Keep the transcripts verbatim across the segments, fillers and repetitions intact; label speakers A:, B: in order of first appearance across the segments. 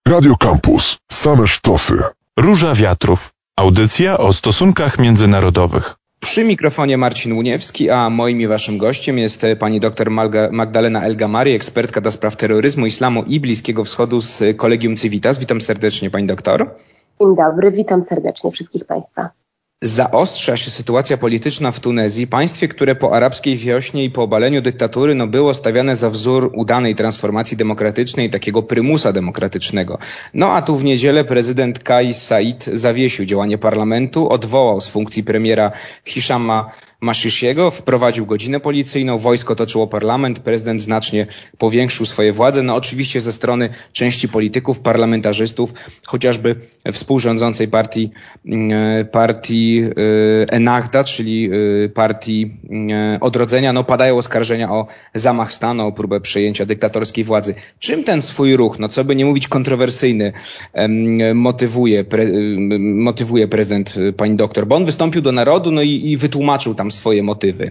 A: Radio Campus. Same sztosy.
B: Róża Wiatrów. Audycja o stosunkach międzynarodowych.
C: Przy mikrofonie Marcin Łuniewski, a moim i waszym gościem jest pani dr Magdalena El-Gamari, ekspertka do spraw terroryzmu, islamu i Bliskiego Wschodu z Collegium Civitas. Witam serdecznie, pani doktor.
D: Dzień dobry, witam serdecznie wszystkich państwa.
C: Zaostrza się sytuacja polityczna w Tunezji, państwie, które po arabskiej wiośnie i po obaleniu dyktatury no, było stawiane za wzór udanej transformacji demokratycznej, takiego prymusa demokratycznego. No a tu w niedzielę prezydent Kais Saied zawiesił działanie parlamentu, odwołał z funkcji premiera Hiszama Mashishiego, wprowadził godzinę policyjną, wojsko toczyło parlament, prezydent znacznie powiększył swoje władze. No oczywiście ze strony części polityków, parlamentarzystów, chociażby współrządzącej partii, partii Ennahda, czyli partii Odrodzenia, no padają oskarżenia o zamach stanu, o próbę przejęcia dyktatorskiej władzy. Czym ten swój ruch, no co by nie mówić kontrowersyjny, motywuje, pre, motywuje prezydent pani doktor? Bo on wystąpił do narodu, no i, i wytłumaczył tam swoje motywy.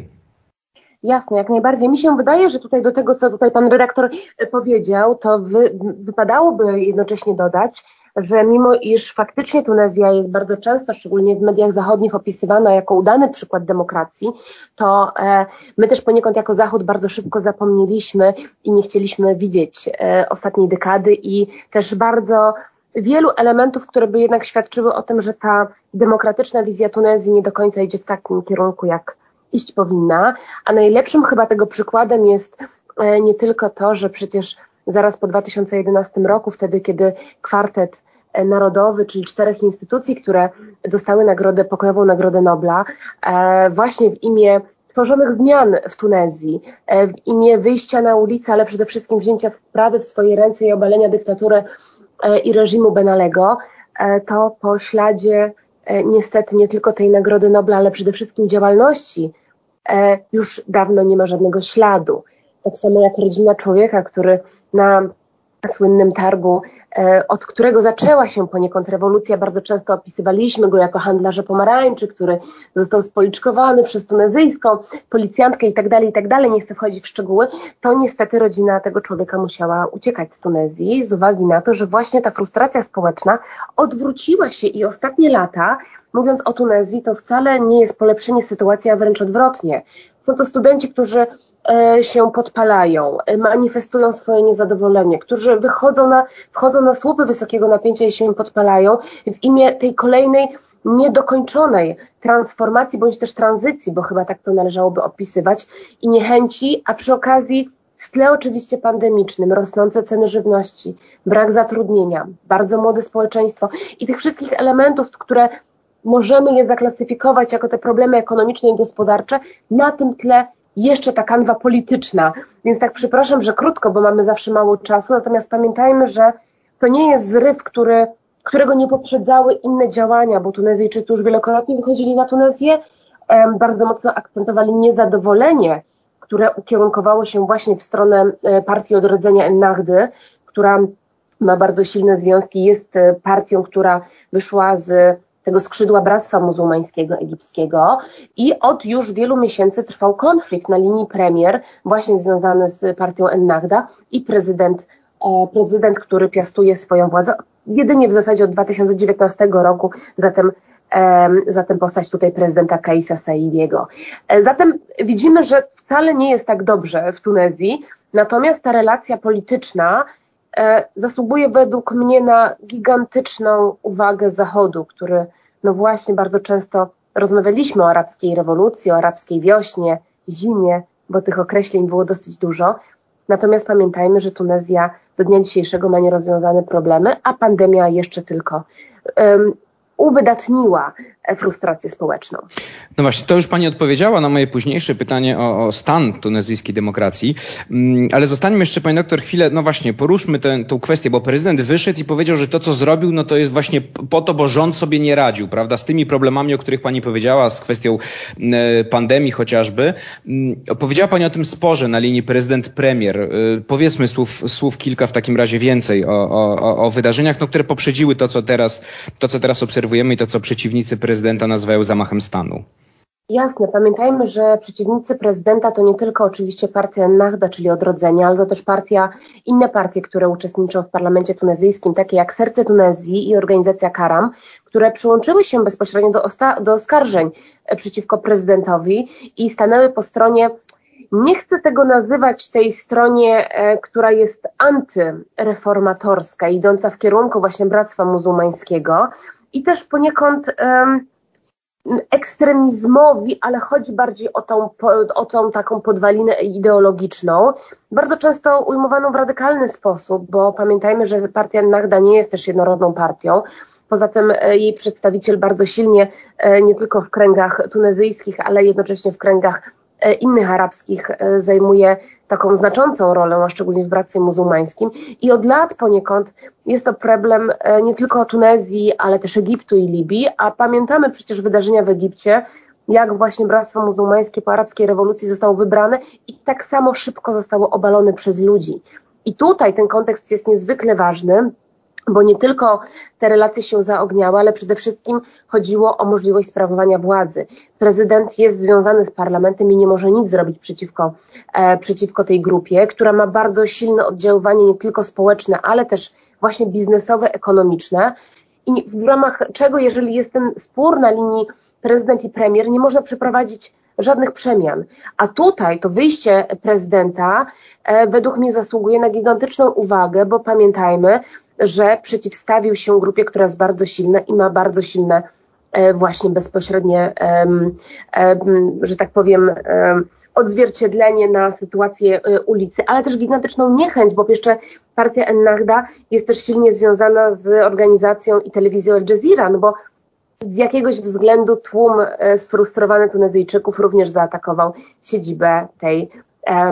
D: Jasne, jak najbardziej. Mi się wydaje, że tutaj do tego, co tutaj pan redaktor powiedział, to wy, wypadałoby jednocześnie dodać, że mimo iż faktycznie Tunezja jest bardzo często, szczególnie w mediach zachodnich, opisywana jako udany przykład demokracji, to e, my też poniekąd jako Zachód bardzo szybko zapomnieliśmy i nie chcieliśmy widzieć e, ostatniej dekady i też bardzo wielu elementów, które by jednak świadczyły o tym, że ta demokratyczna wizja Tunezji nie do końca idzie w takim kierunku, jak iść powinna. A najlepszym chyba tego przykładem jest e, nie tylko to, że przecież zaraz po dwa tysiące jedenastym roku, wtedy kiedy kwartet narodowy, czyli czterech instytucji, które dostały nagrodę, pokojową Nagrodę Nobla, e, właśnie w imię tworzonych zmian w Tunezji, e, w imię wyjścia na ulicę, ale przede wszystkim wzięcia sprawy w swoje ręce i obalenia dyktatury e, i reżimu Ben Allego, e, to po śladzie e, niestety nie tylko tej Nagrody Nobla, ale przede wszystkim działalności e, już dawno nie ma żadnego śladu. Tak samo jak rodzina człowieka, który na słynnym targu, e, od którego zaczęła się poniekąd rewolucja, bardzo często opisywaliśmy go jako handlarza pomarańczy, który został spoliczkowany przez tunezyjską policjantkę i tak dalej, i tak dalej, nie chcę wchodzić w szczegóły, to niestety rodzina tego człowieka musiała uciekać z Tunezji z uwagi na to, że właśnie ta frustracja społeczna odwróciła się i ostatnie lata, mówiąc o Tunezji, to wcale nie jest polepszenie sytuacji, a wręcz odwrotnie. Są to studenci, którzy e, się podpalają, e, manifestują swoje niezadowolenie, którzy wychodzą na, wchodzą na słupy wysokiego napięcia i się podpalają w imię tej kolejnej niedokończonej transformacji bądź też tranzycji, bo chyba tak to należałoby opisywać, i niechęci, a przy okazji w tle oczywiście pandemicznym, rosnące ceny żywności, brak zatrudnienia, bardzo młode społeczeństwo i tych wszystkich elementów, które możemy je zaklasyfikować jako te problemy ekonomiczne i gospodarcze, na tym tle jeszcze ta kanwa polityczna. Więc tak przepraszam, że krótko, bo mamy zawsze mało czasu, natomiast pamiętajmy, że to nie jest zryw, który, którego nie poprzedzały inne działania, bo Tunezyjczycy już wielokrotnie wychodzili na Tunezję, em, bardzo mocno akcentowali niezadowolenie, które ukierunkowało się właśnie w stronę e, partii Odrodzenia Ennahdy, która ma bardzo silne związki, jest e, partią, która wyszła z tego skrzydła Bractwa Muzułmańskiego Egipskiego i od już wielu miesięcy trwał konflikt na linii premier, właśnie związany z partią Ennahda i prezydent, e, prezydent, który piastuje swoją władzę jedynie w zasadzie od dwa tysiące dziewiętnastego roku, zatem, e, zatem postać tutaj prezydenta Kaisa Saiediego. E, zatem widzimy, że wcale nie jest tak dobrze w Tunezji, natomiast ta relacja polityczna E, zasługuje według mnie na gigantyczną uwagę Zachodu, który no właśnie bardzo często rozmawialiśmy o arabskiej rewolucji, o arabskiej wiośnie, zimie, bo tych określeń było dosyć dużo. Natomiast pamiętajmy, że Tunezja do dnia dzisiejszego ma nierozwiązane problemy, a pandemia jeszcze tylko um, uwydatniła frustrację społeczną.
C: No właśnie, to już pani odpowiedziała na moje późniejsze pytanie o, o stan tunezyjskiej demokracji, mm, ale zostańmy jeszcze, pani doktor, chwilę, no właśnie, poruszmy tę, tę kwestię, bo prezydent wyszedł i powiedział, że to, co zrobił, no to jest właśnie po to, bo rząd sobie nie radził, prawda, z tymi problemami, o których pani powiedziała, z kwestią e, pandemii chociażby. Mm, powiedziała pani o tym sporze na linii prezydent-premier. E, powiedzmy słów, słów kilka w takim razie więcej o, o, o wydarzeniach, no, które poprzedziły to, co teraz, to, co teraz obserwujemy i to, co przeciwnicy prezydenta prezydenta nazywają zamachem stanu.
D: Jasne, pamiętajmy, że przeciwnicy prezydenta to nie tylko oczywiście partia Ennahda, czyli Odrodzenie, ale to też partia, inne partie, które uczestniczą w parlamencie tunezyjskim, takie jak Serce Tunezji i organizacja Karam, które przyłączyły się bezpośrednio do, osta- do oskarżeń przeciwko prezydentowi i stanęły po stronie, nie chcę tego nazywać tej stronie, e, która jest antyreformatorska, idąca w kierunku właśnie Bractwa Muzułmańskiego i też poniekąd e, ekstremizmowi, ale chodzi bardziej o tą, o tą taką podwalinę ideologiczną, bardzo często ujmowaną w radykalny sposób, bo pamiętajmy, że partia Ennahda nie jest też jednorodną partią. Poza tym jej przedstawiciel bardzo silnie, nie tylko w kręgach tunezyjskich, ale jednocześnie w kręgach innych arabskich zajmuje taką znaczącą rolę, a szczególnie w Bractwie Muzułmańskim. I od lat poniekąd jest to problem nie tylko Tunezji, ale też Egiptu i Libii, a pamiętamy przecież wydarzenia w Egipcie, jak właśnie Bractwo Muzułmańskie po arabskiej rewolucji zostało wybrane i tak samo szybko zostało obalone przez ludzi. I tutaj ten kontekst jest niezwykle ważny, bo nie tylko te relacje się zaogniały, ale przede wszystkim chodziło o możliwość sprawowania władzy. Prezydent jest związany z parlamentem i nie może nic zrobić przeciwko, e, przeciwko tej grupie, która ma bardzo silne oddziaływanie nie tylko społeczne, ale też właśnie biznesowe, ekonomiczne. I w ramach czego, jeżeli jest ten spór na linii prezydent i premier, nie można przeprowadzić żadnych przemian. A tutaj to wyjście prezydenta e, według mnie zasługuje na gigantyczną uwagę, bo pamiętajmy, że przeciwstawił się grupie, która jest bardzo silna i ma bardzo silne e, właśnie bezpośrednie, e, e, że tak powiem, e, odzwierciedlenie na sytuację e, ulicy, ale też gigantyczną niechęć, bo jeszcze partia Ennahda jest też silnie związana z organizacją i telewizją Al Jazeera, no bo z jakiegoś względu tłum e, sfrustrowany Tunezyjczyków również zaatakował siedzibę tej, e,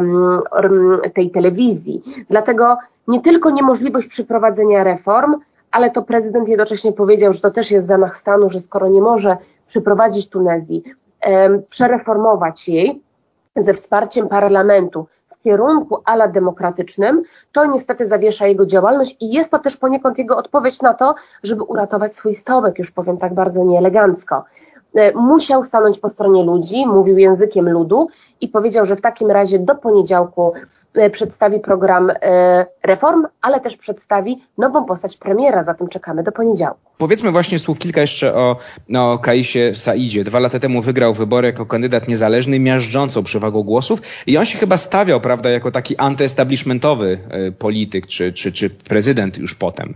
D: tej telewizji. Dlatego nie tylko niemożliwość przeprowadzenia reform, ale to prezydent jednocześnie powiedział, że to też jest zamach stanu, że skoro nie może przeprowadzić Tunezji, e, przereformować jej ze wsparciem parlamentu w kierunku ala demokratycznym, to niestety zawiesza jego działalność i jest to też poniekąd jego odpowiedź na to, żeby uratować swój stołek, już powiem tak bardzo nieelegancko. E, musiał stanąć po stronie ludzi, mówił językiem ludu i powiedział, że w takim razie do poniedziałku przedstawi program reform, ale też przedstawi nową postać premiera, zatem czekamy do poniedziałku.
C: Powiedzmy właśnie słów kilka jeszcze o, no, Kaisie Saidzie. Dwa lata temu wygrał wybory jako kandydat niezależny, miażdżącą przewagą głosów i on się chyba stawiał, prawda, jako taki antyestablishmentowy polityk, czy, czy, czy prezydent już potem.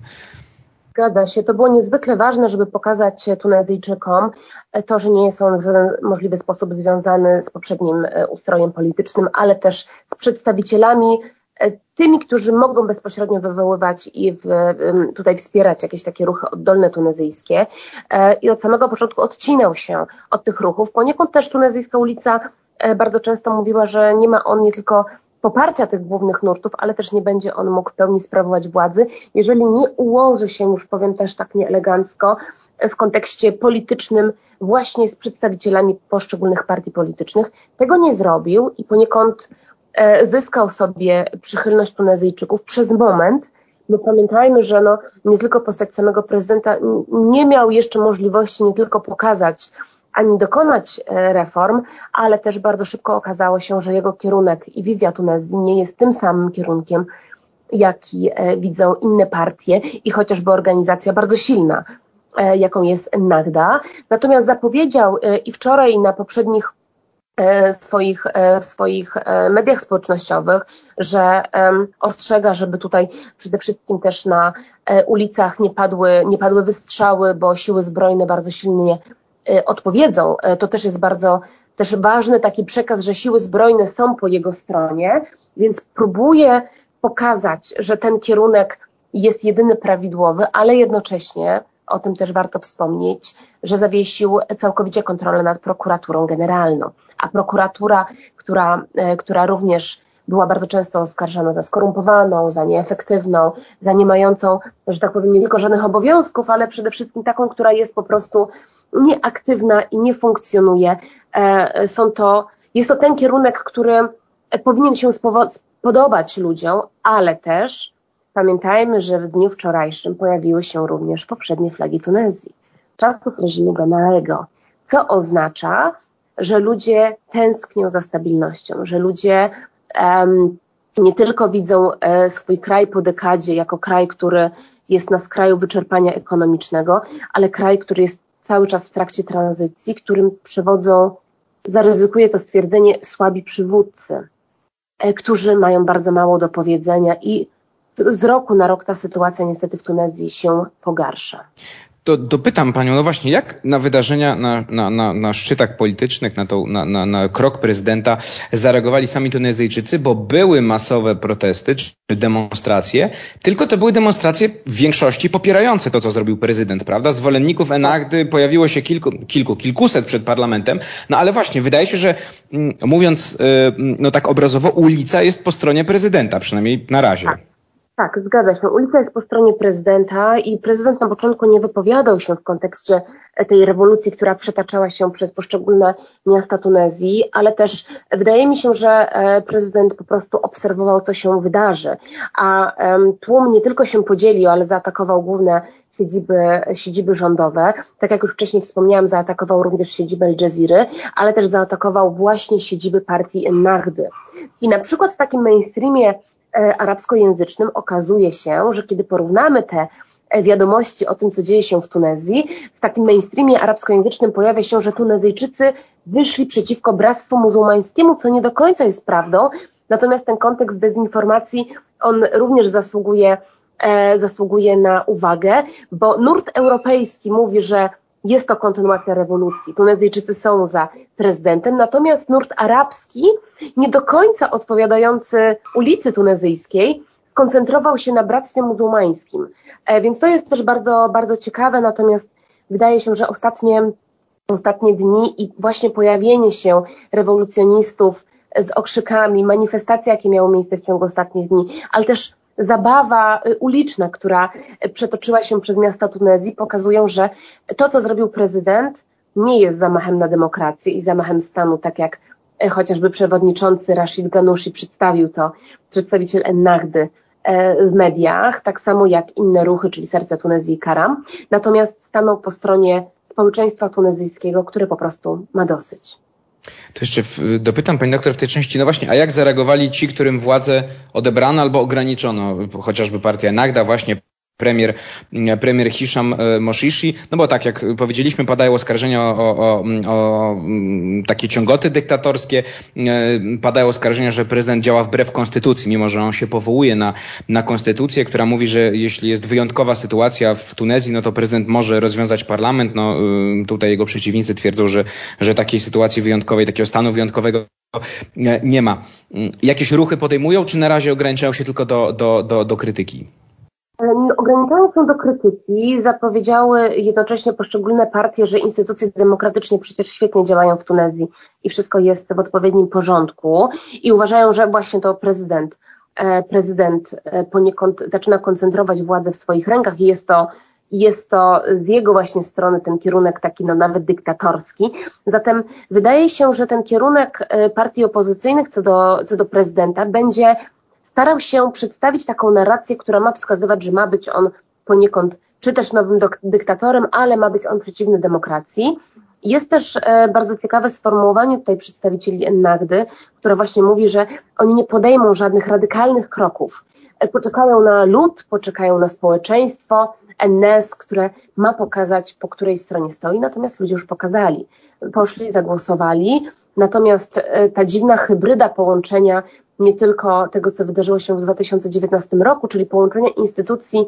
D: Zgadza się. To było niezwykle ważne, żeby pokazać Tunezyjczykom to, że nie jest on w żaden możliwy sposób związany z poprzednim ustrojem politycznym, ale też z przedstawicielami, tymi, którzy mogą bezpośrednio wywoływać i w, tutaj wspierać jakieś takie ruchy oddolne tunezyjskie. I od samego początku odcinał się od tych ruchów. Poniekąd też tunezyjska ulica bardzo często mówiła, że nie ma on nie tylko poparcia tych głównych nurtów, ale też nie będzie on mógł w pełni sprawować władzy, jeżeli nie ułoży się, już powiem też tak nieelegancko, w kontekście politycznym właśnie z przedstawicielami poszczególnych partii politycznych. Tego nie zrobił i poniekąd e, zyskał sobie przychylność Tunezyjczyków przez moment, bo pamiętajmy, że no, nie tylko postać samego prezydenta nie miał jeszcze możliwości nie tylko pokazać ani dokonać reform, ale też bardzo szybko okazało się, że jego kierunek i wizja Tunezji nie jest tym samym kierunkiem, jaki widzą inne partie i chociażby organizacja bardzo silna, jaką jest Ennahda. Natomiast zapowiedział i wczoraj i na poprzednich swoich, w swoich mediach społecznościowych, że ostrzega, żeby tutaj przede wszystkim też na ulicach nie padły, nie padły wystrzały, bo siły zbrojne bardzo silnie odpowiedzą. To też jest bardzo też ważny taki przekaz, że siły zbrojne są po jego stronie, więc próbuje pokazać, że ten kierunek jest jedyny prawidłowy, ale jednocześnie, o tym też warto wspomnieć, że zawiesił całkowicie kontrolę nad prokuraturą generalną. A prokuratura, która, która również była bardzo często oskarżana za skorumpowaną, za nieefektywną, za nie mającą, że tak powiem, nie tylko żadnych obowiązków, ale przede wszystkim taką, która jest po prostu nieaktywna i nie funkcjonuje. Są to, jest to ten kierunek, który powinien się spodobać ludziom, ale też pamiętajmy, że w dniu wczorajszym pojawiły się również poprzednie flagi Tunezji, czasów reżimu Benalego, co oznacza, że ludzie tęsknią za stabilnością, że ludzie um, nie tylko widzą e, swój kraj po dekadzie jako kraj, który jest na skraju wyczerpania ekonomicznego, ale kraj, który jest cały czas w trakcie tranzycji, którym przewodzą, zaryzykuję to stwierdzenie, słabi przywódcy, e, którzy mają bardzo mało do powiedzenia i z roku na rok ta sytuacja niestety w Tunezji się pogarsza.
C: To dopytam panią, no właśnie, jak na wydarzenia, na, na, na, na szczytach politycznych, na, to, na, na, na krok prezydenta zareagowali sami Tunezyjczycy, bo były masowe protesty czy demonstracje, tylko to były demonstracje w większości popierające to, co zrobił prezydent, prawda? Zwolenników Ennahdy pojawiło się kilku, kilku, kilkuset przed parlamentem, no ale właśnie, wydaje się, że mówiąc no tak obrazowo, ulica jest po stronie prezydenta, przynajmniej na razie.
D: Tak, zgadza się. Ulica jest po stronie prezydenta i prezydent na początku nie wypowiadał się w kontekście tej rewolucji, która przetaczała się przez poszczególne miasta Tunezji, ale też wydaje mi się, że prezydent po prostu obserwował, co się wydarzy. A tłum nie tylko się podzielił, ale zaatakował główne siedziby, siedziby rządowe. Tak jak już wcześniej wspomniałam, zaatakował również siedzibę Al Jazeera, ale też zaatakował właśnie siedziby partii Ennahdy. I na przykład w takim mainstreamie arabskojęzycznym okazuje się, że kiedy porównamy te wiadomości o tym, co dzieje się w Tunezji, w takim mainstreamie arabskojęzycznym pojawia się, że Tunezyjczycy wyszli przeciwko Bractwu Muzułmańskiemu, co nie do końca jest prawdą, natomiast ten kontekst dezinformacji, on również zasługuje, e, zasługuje na uwagę, bo nurt europejski mówi, że jest to kontynuacja rewolucji. Tunezyjczycy są za prezydentem, natomiast nurt arabski, nie do końca odpowiadający ulicy tunezyjskiej, koncentrował się na Bractwie Muzułmańskim. E, więc to jest też bardzo, bardzo ciekawe, natomiast wydaje się, że ostatnie, ostatnie dni i właśnie pojawienie się rewolucjonistów z okrzykami, manifestacje, jakie miały miejsce w ciągu ostatnich dni, ale też zabawa uliczna, która przetoczyła się przez miasta Tunezji, pokazują, że to, co zrobił prezydent, nie jest zamachem na demokrację i zamachem stanu, tak jak chociażby przewodniczący Rashid Ghannouchi przedstawił to, przedstawiciel Ennahdy w mediach, tak samo jak inne ruchy, czyli Serce Tunezji i Karam. Natomiast stanął po stronie społeczeństwa tunezyjskiego, które po prostu ma dosyć.
C: To jeszcze w, dopytam pani doktor w tej części, no właśnie, a jak zareagowali ci, którym władzę odebrano albo ograniczono, chociażby partia Ennahda, właśnie premier, premier Hicham Moshishi, no bo tak jak powiedzieliśmy, padają oskarżenia o, o, o, o takie ciągoty dyktatorskie, padają oskarżenia, że prezydent działa wbrew konstytucji, mimo że on się powołuje na, na konstytucję, która mówi, że jeśli jest wyjątkowa sytuacja w Tunezji, no to prezydent może rozwiązać parlament. No tutaj jego przeciwnicy twierdzą, że, że takiej sytuacji wyjątkowej, takiego stanu wyjątkowego nie ma. Jakieś ruchy podejmują, czy na razie ograniczają się tylko do, do, do, do krytyki?
D: Ograniczają się do krytyki, zapowiedziały jednocześnie poszczególne partie, że instytucje demokratyczne przecież świetnie działają w Tunezji i wszystko jest w odpowiednim porządku i uważają, że właśnie to prezydent, prezydent poniekąd zaczyna koncentrować władzę w swoich rękach i jest to, jest to z jego właśnie strony ten kierunek taki no nawet dyktatorski. Zatem wydaje się, że ten kierunek partii opozycyjnych co do, co do prezydenta będzie starał się przedstawić taką narrację, która ma wskazywać, że ma być on poniekąd czy też nowym dyktatorem, ale ma być on przeciwny demokracji. Jest też e, bardzo ciekawe sformułowanie tutaj przedstawicieli Ennahdy, która właśnie mówi, że oni nie podejmą żadnych radykalnych kroków. E, poczekają na lud, poczekają na społeczeństwo, N S, które ma pokazać, po której stronie stoi, natomiast ludzie już pokazali. Poszli, zagłosowali, natomiast e, ta dziwna hybryda połączenia nie tylko tego, co wydarzyło się w dwa tysiące dziewiętnastym roku, czyli połączenia instytucji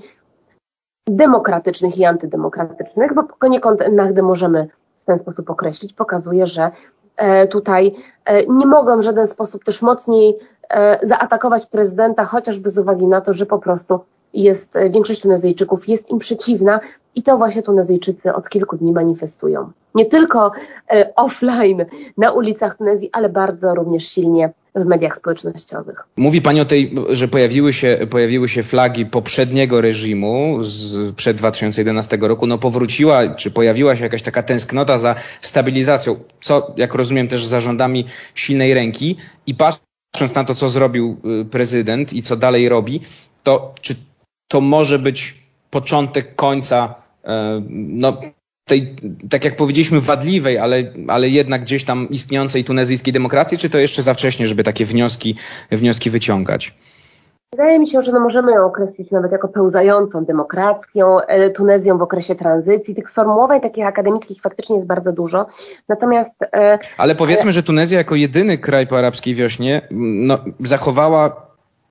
D: demokratycznych i antydemokratycznych, bo poniekąd Ennahdę możemy w ten sposób określić, pokazuje, że e, tutaj e, nie mogą w żaden sposób też mocniej e, zaatakować prezydenta, chociażby z uwagi na to, że po prostu jest, większość Tunezyjczyków jest im przeciwna i to właśnie Tunezyjczycy od kilku dni manifestują. Nie tylko e, offline na ulicach Tunezji, ale bardzo również silnie w mediach społecznościowych.
C: Mówi pani o tej, że pojawiły się, pojawiły się flagi poprzedniego reżimu z, przed dwa tysiące jedenastego roku. No powróciła, czy pojawiła się jakaś taka tęsknota za stabilizacją, co, jak rozumiem, też za rządami silnej ręki. I patrząc na to, co zrobił prezydent i co dalej robi, to czy to może być początek końca, no tej, tak jak powiedzieliśmy, wadliwej, ale, ale jednak gdzieś tam istniejącej tunezyjskiej demokracji, czy to jeszcze za wcześnie, żeby takie wnioski, wnioski wyciągać?
D: Wydaje mi się, że no możemy ją określić nawet jako pełzającą demokracją, Tunezją w okresie tranzycji. Tych sformułowań takich akademickich faktycznie jest bardzo dużo. Natomiast...
C: Ale powiedzmy, że Tunezja jako jedyny kraj po arabskiej wiośnie no, zachowała,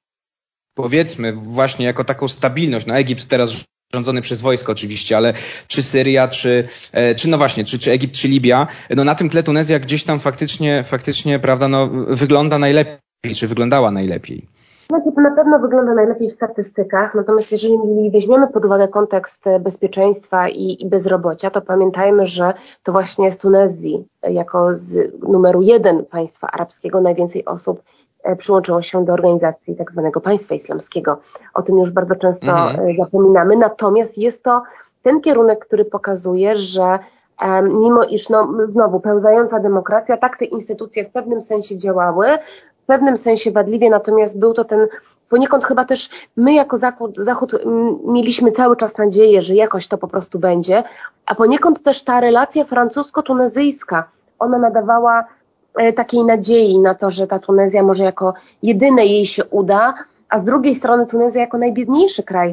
C: powiedzmy, właśnie jako taką stabilność. No Egipt teraz rządzony przez wojsko oczywiście, ale czy Syria, czy, czy no właśnie, czy, czy Egipt, czy Libia, no na tym tle Tunezja gdzieś tam faktycznie, faktycznie, prawda, no wygląda najlepiej, czy wyglądała najlepiej.
D: To na pewno wygląda najlepiej w statystykach, natomiast jeżeli weźmiemy pod uwagę kontekst bezpieczeństwa i, i bezrobocia, to pamiętajmy, że to właśnie z Tunezji jako z numeru jeden państwa arabskiego najwięcej osób przyłączyło się do organizacji tak zwanego państwa islamskiego. O tym już bardzo często mhm. zapominamy, natomiast jest to ten kierunek, który pokazuje, że um, mimo iż no, znowu pełzająca demokracja, tak te instytucje w pewnym sensie działały, w pewnym sensie wadliwie, natomiast był to ten, poniekąd chyba też my jako Zachód, Zachód mieliśmy cały czas nadzieję, że jakoś to po prostu będzie, a poniekąd też ta relacja francusko-tunezyjska, ona nadawała takiej nadziei na to, że ta Tunezja może jako jedyne jej się uda, a z drugiej strony Tunezja jako najbiedniejszy kraj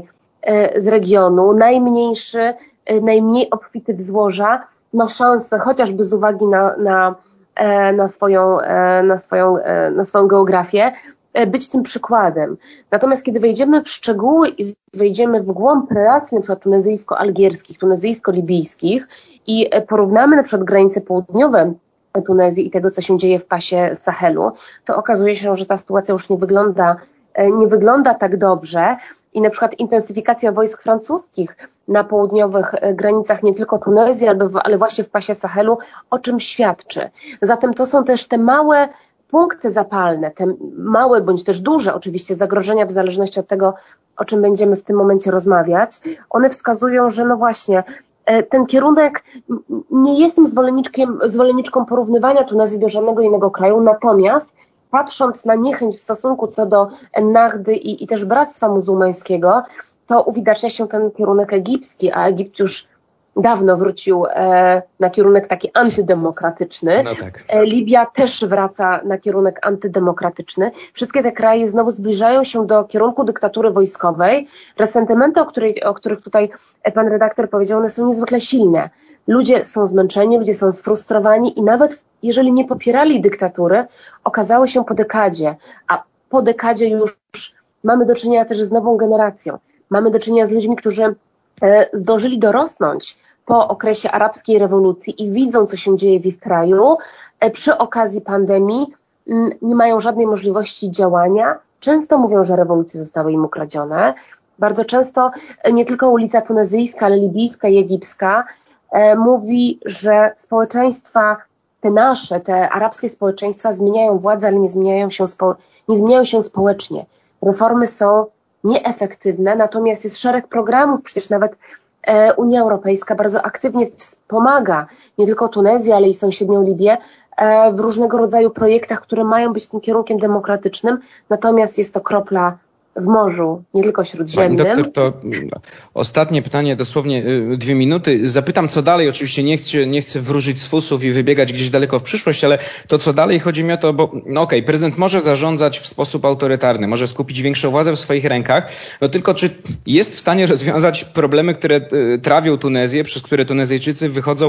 D: z regionu, najmniejszy, najmniej obfity w złoża, ma szansę chociażby z uwagi na, na, na, swoją, na, swoją, na swoją geografię być tym przykładem. Natomiast kiedy wejdziemy w szczegóły i wejdziemy w głąb relacji na przykład tunezyjsko-algierskich, tunezyjsko-libijskich i porównamy na przykład granice południowe Tunezji i tego, co się dzieje w pasie Sahelu, to okazuje się, że ta sytuacja już nie wygląda, nie wygląda tak dobrze i na przykład intensyfikacja wojsk francuskich na południowych granicach nie tylko Tunezji, ale właśnie w pasie Sahelu, o czym świadczy. Zatem to są też te małe punkty zapalne, te małe bądź też duże oczywiście zagrożenia w zależności od tego, o czym będziemy w tym momencie rozmawiać. One wskazują, że no właśnie ten kierunek, nie jestem zwolenniczkiem, zwolenniczką porównywania Tunezji do żadnego innego kraju, natomiast patrząc na niechęć w stosunku co do Ennahdy i, i też Bractwa Muzułmańskiego, to uwidacznia się ten kierunek egipski, a Egipt już dawno wrócił e, na kierunek taki antydemokratyczny. No tak. E, Libia też wraca na kierunek antydemokratyczny. Wszystkie te kraje znowu zbliżają się do kierunku dyktatury wojskowej. Resentymenty, o, której, o których tutaj pan redaktor powiedział, one są niezwykle silne. Ludzie są zmęczeni, ludzie są sfrustrowani i nawet jeżeli nie popierali dyktatury, okazało się po dekadzie, a po dekadzie już mamy do czynienia też z nową generacją. Mamy do czynienia z ludźmi, którzy e, zdążyli dorosnąć po okresie arabskiej rewolucji i widzą, co się dzieje w ich kraju. E, przy okazji pandemii m, nie mają żadnej możliwości działania. Często mówią, że rewolucje zostały im ukradzione. Bardzo często e, nie tylko ulica tunezyjska, ale libijska i egipska e, mówi, że społeczeństwa te nasze, te arabskie społeczeństwa zmieniają władzę, ale nie zmieniają się, spo, nie zmieniają się społecznie. Reformy są nieefektywne, natomiast jest szereg programów, przecież nawet e, Unia Europejska bardzo aktywnie wspomaga nie tylko Tunezję, ale i sąsiednią Libię e, w różnego rodzaju projektach, które mają być tym kierunkiem demokratycznym, natomiast jest to kropla w morzu, nie tylko śródziemnym.
C: Pani doktor, to ostatnie pytanie, dosłownie dwie minuty. Zapytam, co dalej. Oczywiście nie chcę, nie chcę wróżyć z fusów i wybiegać gdzieś daleko w przyszłość, ale to, co dalej, chodzi mi o to, bo no okej, okay, prezydent może zarządzać w sposób autorytarny, może skupić większą władzę w swoich rękach, no tylko czy jest w stanie rozwiązać problemy, które trawią Tunezję, przez które Tunezyjczycy wychodzą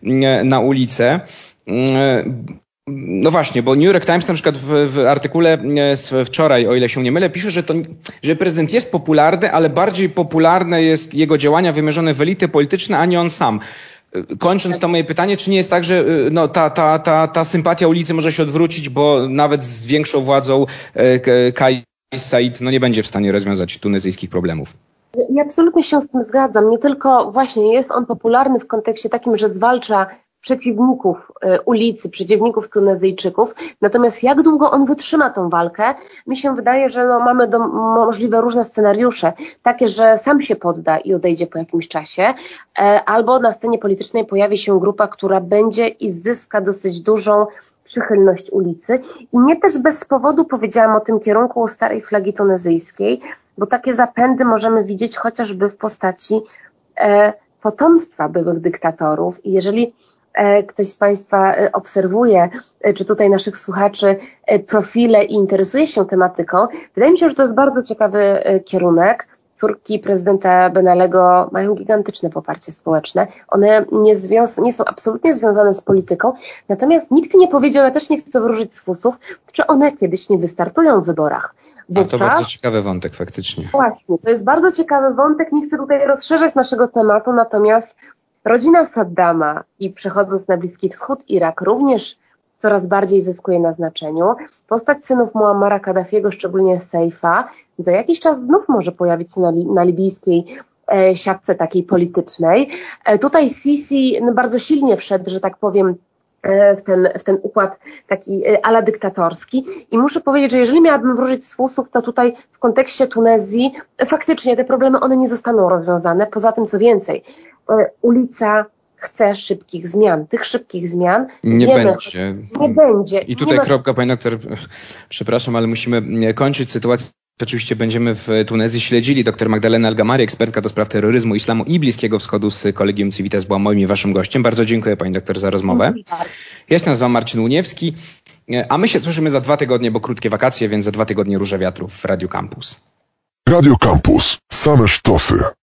C: na ulicę? No właśnie, bo New York Times na przykład w, w artykule z wczoraj, o ile się nie mylę, pisze, że, to, że prezydent jest popularny, ale bardziej popularne jest jego działania wymierzone w elity polityczne, a nie on sam. Kończąc to moje pytanie, czy nie jest tak, że no, ta, ta, ta, ta sympatia ulicy może się odwrócić, bo nawet z większą władzą Kais Saied no, nie będzie w stanie rozwiązać tunezyjskich problemów?
D: Ja absolutnie się z tym zgadzam. Nie tylko właśnie jest on popularny w kontekście takim, że zwalcza przeciwników ulicy, przeciwników Tunezyjczyków. Natomiast jak długo on wytrzyma tą walkę? Mi się wydaje, że no, mamy do, możliwe różne scenariusze. Takie, że sam się podda i odejdzie po jakimś czasie, albo na scenie politycznej pojawi się grupa, która będzie i zyska dosyć dużą przychylność ulicy. I nie też bez powodu powiedziałam o tym kierunku starej flagi tunezyjskiej, bo takie zapędy możemy widzieć chociażby w postaci e, potomstwa byłych dyktatorów i jeżeli ktoś z Państwa obserwuje, czy tutaj naszych słuchaczy, profile i interesuje się tematyką, wydaje mi się, że to jest bardzo ciekawy kierunek. Córki prezydenta Benalego mają gigantyczne poparcie społeczne. One nie, zwią- nie są absolutnie związane z polityką, natomiast nikt nie powiedział, ja też nie chcę wróżyć z fusów, czy one kiedyś nie wystartują w wyborach.
C: Wówczas, a to bardzo ciekawy wątek faktycznie.
D: Właśnie, to jest bardzo ciekawy wątek, nie chcę tutaj rozszerzać naszego tematu, natomiast rodzina Saddama i przechodząc na Bliski Wschód, Irak również coraz bardziej zyskuje na znaczeniu. Postać synów Muammara Kaddafiego, szczególnie Seifa, za jakiś czas znów może pojawić się na, li, na libijskiej e, siatce takiej politycznej. E, tutaj Sisi no, bardzo silnie wszedł, że tak powiem, e, w, ten, w ten układ taki e, ala dyktatorski i muszę powiedzieć, że jeżeli miałabym wróżyć z fusów, to tutaj w kontekście Tunezji e, faktycznie te problemy one nie zostaną rozwiązane. Poza tym co więcej, e, ulica chce szybkich zmian. Tych szybkich zmian
C: nie
D: wiemy,
C: będzie.
D: Nie będzie.
C: I tutaj
D: ma...
C: kropka, pani doktor, przepraszam, ale musimy kończyć sytuację. Oczywiście będziemy w Tunezji śledzili. Doktor Magdalena El-Gamari, ekspertka do spraw terroryzmu, islamu i Bliskiego Wschodu z Collegium Civitas, była moim i waszym gościem. Bardzo dziękuję pani doktor za rozmowę. Ja się nazywam Marcin Łuniewski, a my się słyszymy za dwa tygodnie, bo krótkie wakacje, więc za dwa tygodnie Róża Wiatrów w Radiu Campus.
A: Radio Campus. Same sztosy.